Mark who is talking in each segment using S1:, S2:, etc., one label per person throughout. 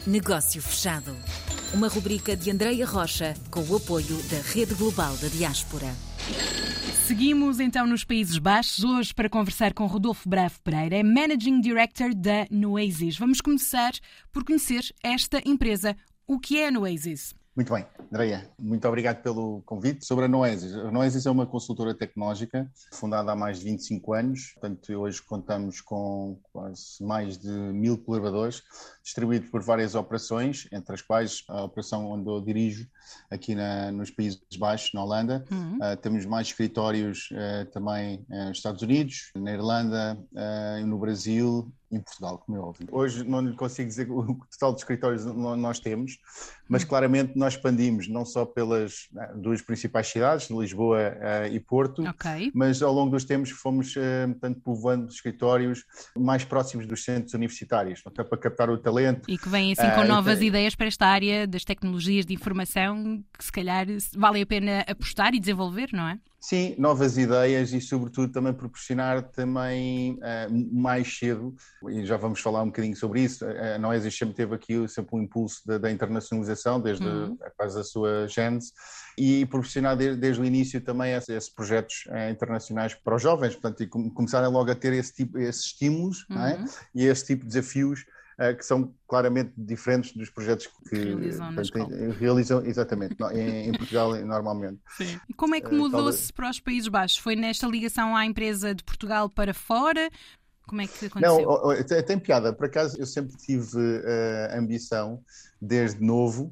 S1: Negócio Fechado. Uma rubrica de Andreia Rocha com o apoio da Rede Global da Diaspora.
S2: Seguimos então nos Países Baixos, hoje para conversar com Rodolfo Bravo Pereira, é Managing Director da Noasis. Vamos começar por conhecer esta empresa. O que é a Noasis?
S3: Muito bem, Andreia, muito obrigado pelo convite. Sobre a Noasis. A Noasis é uma consultora tecnológica fundada há mais de 25 anos, portanto hoje contamos com quase mais de 1000 colaboradores, distribuídos por várias operações, entre as quais a operação onde eu dirijo aqui nos Países Baixos, na Holanda. Temos mais escritórios também nos Estados Unidos, na Irlanda, no Brasil, em Portugal, como é óbvio. Hoje não lhe consigo dizer o total de escritórios nós temos, mas claramente nós expandimos não só pelas duas principais cidades, Lisboa e Porto, mas ao longo dos tempos fomos portanto, povoando escritórios mais próximos dos centros universitários, até para captar o talento.
S2: E que vêm assim com novas ideias para esta área das tecnologias de informação que se calhar vale a pena apostar e desenvolver, não é?
S3: Sim, novas ideias e sobretudo também proporcionar também mais cedo, e já vamos falar um bocadinho sobre isso, a Noasis sempre teve aqui sempre um impulso da internacionalização desde quase a sua gênese e proporcionar desde o início também esses projetos internacionais para os jovens, portanto, e começarem logo a ter esses estímulos não é? E esse tipo de desafios que são claramente diferentes dos projetos que realizam exatamente em Portugal normalmente.
S2: Sim. E como é que mudou-se para os Países Baixos? Foi nesta ligação à empresa de Portugal para fora? Como é que aconteceu?
S3: Não, tem piada. Por acaso eu sempre tive a ambição, desde novo,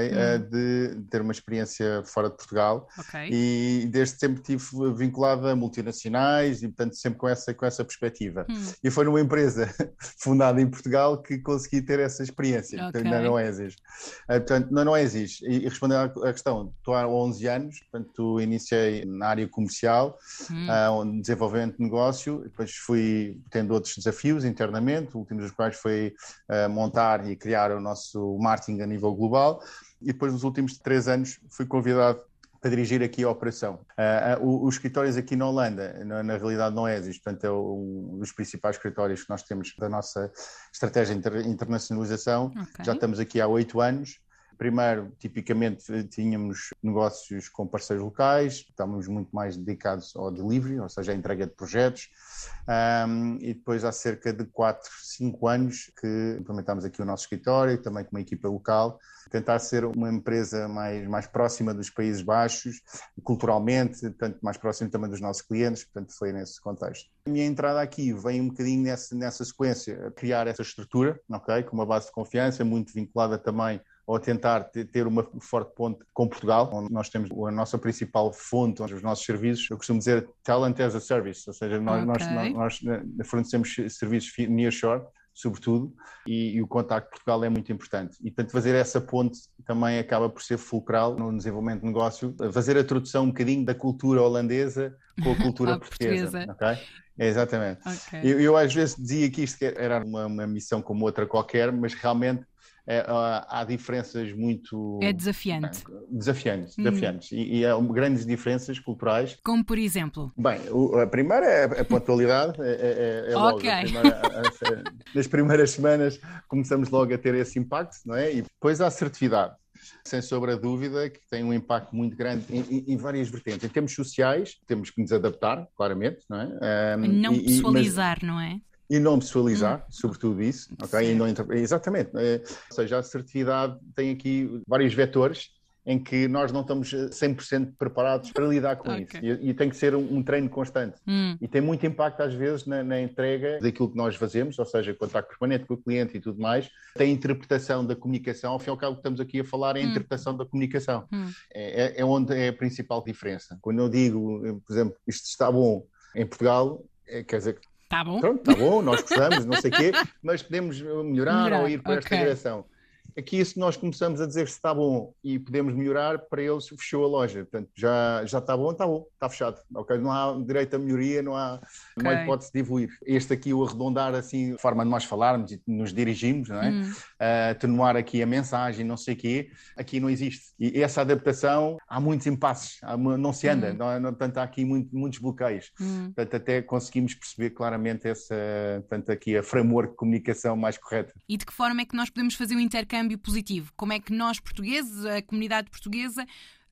S3: de ter uma experiência fora de Portugal e desde sempre estive vinculado a multinacionais e, portanto, sempre com essa perspectiva. E foi numa empresa fundada em Portugal que consegui ter essa experiência, na Noasis. Portanto, na Noasis, e respondendo à questão, estou há 11 anos, portanto, iniciei na área comercial, desenvolvimento de negócio, depois fui tendo outros desafios internamente, o último dos quais foi montar e criar o nosso marketing a nível global, e depois nos últimos 3 anos fui convidado para dirigir aqui a operação. Os escritórios aqui na Holanda, na realidade Noasis, portanto é um dos principais escritórios que nós temos da nossa estratégia de internacionalização. Já estamos aqui há 8 anos. Primeiro, tipicamente, tínhamos negócios com parceiros locais, estávamos muito mais dedicados ao delivery, ou seja, à entrega de projetos, e depois há cerca de 4, 5 anos que implementámos aqui o nosso escritório, também com uma equipa local, tentar ser uma empresa mais próxima dos Países Baixos, culturalmente, portanto, mais próxima também dos nossos clientes, portanto, foi nesse contexto. A minha entrada aqui vem um bocadinho nessa sequência, a criar essa estrutura, com uma base de confiança, muito vinculada também ou tentar ter uma forte ponte com Portugal, onde nós temos a nossa principal fonte, os nossos serviços. Eu costumo dizer talent as a service, ou seja, nós fornecemos serviços nearshore, sobretudo, e o contacto com Portugal é muito importante. E, portanto, fazer essa ponte também acaba por ser fulcral no desenvolvimento de negócio, fazer a tradução um bocadinho da cultura holandesa com a cultura portuguesa. Exatamente. Eu às vezes dizia que isto era uma missão como outra qualquer, mas realmente há diferenças muito...
S2: É desafiante.
S3: Desafiantes. E há grandes diferenças culturais.
S2: Como por exemplo?
S3: Bem, a primeira é a pontualidade, é logo. Nas primeiras semanas começamos logo a ter esse impacto, não é? E depois a assertividade. Sem sombra de dúvida que tem um impacto muito grande em várias vertentes. Em termos sociais, temos que nos adaptar, claramente, não é?
S2: Não pessoalizar, não é?
S3: E não pessoalizar, sobretudo isso, E não exatamente. Ou seja, a assertividade tem aqui vários vetores em que nós não estamos 100% preparados para lidar com isso. E tem que ser um treino constante. E tem muito impacto, às vezes, na entrega daquilo que nós fazemos, ou seja, contacto permanente com o cliente e tudo mais. Tem a interpretação da comunicação. Ao fim e ao cabo, o que estamos aqui a falar é a interpretação da comunicação. É onde é a principal diferença. Quando eu digo, por exemplo, isto está bom em Portugal, quer dizer que
S2: está bom.
S3: Pronto, está bom, nós gostamos, não sei o quê, mas podemos melhorar ou ir para esta direção. Aqui, se nós começamos a dizer que está bom e podemos melhorar, para eles fechou a loja. Portanto, já está bom, está fechado. Não há direito a melhoria, não há hipótese de evoluir. Este aqui, o arredondar assim, a forma de nós falarmos e nos dirigimos, não é? Atenuar aqui a mensagem, não sei o quê, aqui não existe. E essa adaptação, há muitos impasses, não se anda, portanto, há aqui muitos bloqueios. Portanto, até conseguimos perceber claramente portanto, aqui a framework de comunicação mais correta.
S2: E de que forma é que nós podemos fazer o intercâmbio intercâmbio positivo? Como é que nós, portugueses, a comunidade portuguesa,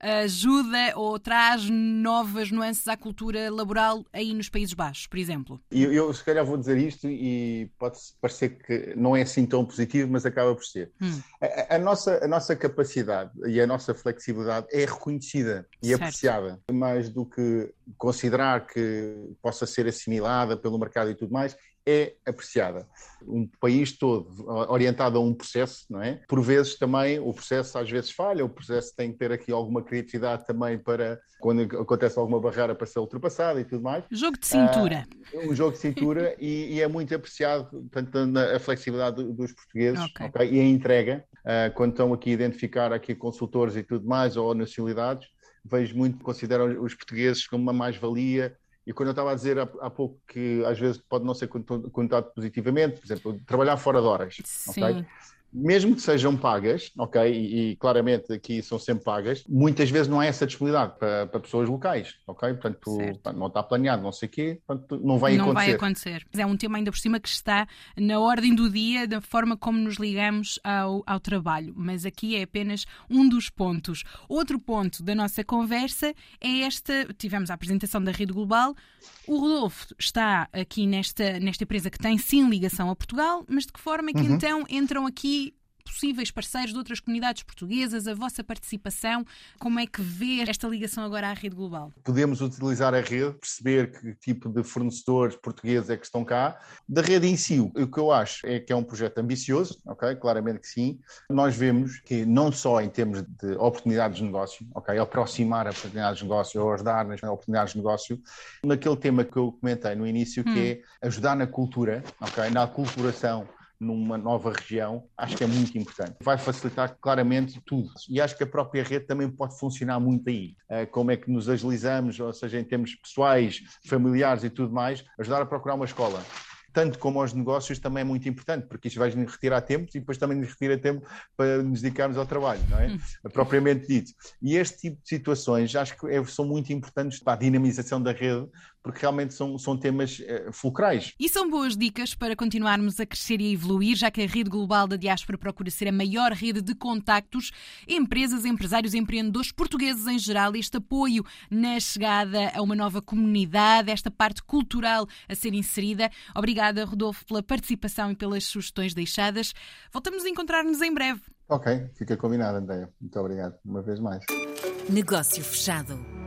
S2: ajuda ou traz novas nuances à cultura laboral aí nos Países Baixos, por exemplo?
S3: Eu se calhar vou dizer isto e pode parecer que não é assim tão positivo, mas acaba por ser. A nossa capacidade e a nossa flexibilidade é reconhecida e apreciada, mais do que considerar que possa ser assimilada pelo mercado e tudo mais. É apreciada. Um país todo orientado a um processo, não é? Por vezes também o processo às vezes falha, o processo tem que ter aqui alguma criatividade também para, quando acontece alguma barreira, para ser ultrapassada e tudo mais.
S2: Jogo de cintura.
S3: Um jogo de cintura e é muito apreciado, portanto, a flexibilidade dos portugueses, okay? E a entrega, quando estão aqui a identificar aqui consultores e tudo mais, ou nacionalidades, vejo muito, consideram os portugueses como uma mais-valia. E quando eu estava a dizer há pouco que às vezes pode não ser conotado positivamente, por exemplo, trabalhar fora de horas, ok? Mesmo que sejam pagas, ok, e claramente aqui são sempre pagas, muitas vezes não há essa disponibilidade para pessoas locais, ok? Portanto, não está planeado, não sei o quê, portanto, não vai acontecer.
S2: É um tema ainda por cima que está na ordem do dia, da forma como nos ligamos ao trabalho, mas aqui é apenas um dos pontos. Outro ponto da nossa conversa é tivemos a apresentação da Rede Global. O Rodolfo está aqui nesta empresa que tem sim ligação a Portugal, mas de que forma é que então entram aqui possíveis parceiros de outras comunidades portuguesas, a vossa participação, como é que vê esta ligação agora à Rede Global?
S3: Podemos utilizar a rede, perceber que tipo de fornecedores portugueses é que estão cá. Da rede em si, o que eu acho é que é um projeto ambicioso, ok? Claramente que sim. Nós vemos que não só em termos de oportunidades de negócio, ok? Aproximar a oportunidades de negócio ou ajudar nas oportunidades de negócio, naquele tema que eu comentei no início, que é ajudar na cultura, ok? Na aculturação numa nova região, acho que é muito importante. Vai facilitar claramente tudo. E acho que a própria rede também pode funcionar muito aí. Como é que nos agilizamos, ou seja, em termos pessoais, familiares e tudo mais, ajudar a procurar uma escola. Tanto como aos negócios também é muito importante, porque isto vai-nos retirar tempo e depois também nos retira tempo para nos dedicarmos ao trabalho, não é? Propriamente dito. E este tipo de situações acho que são muito importantes para a dinamização da rede, porque realmente são temas fulcrais.
S2: E são boas dicas para continuarmos a crescer e a evoluir, já que a Rede Global da Diáspora procura ser a maior rede de contactos, empresas, empresários, empreendedores portugueses em geral, este apoio na chegada a uma nova comunidade, esta parte cultural a ser inserida. Obrigada, Rodolfo, pela participação e pelas sugestões deixadas. Voltamos a encontrar-nos em breve.
S3: Ok, fica combinado, Andréia. Muito obrigado uma vez mais.
S1: Negócio fechado.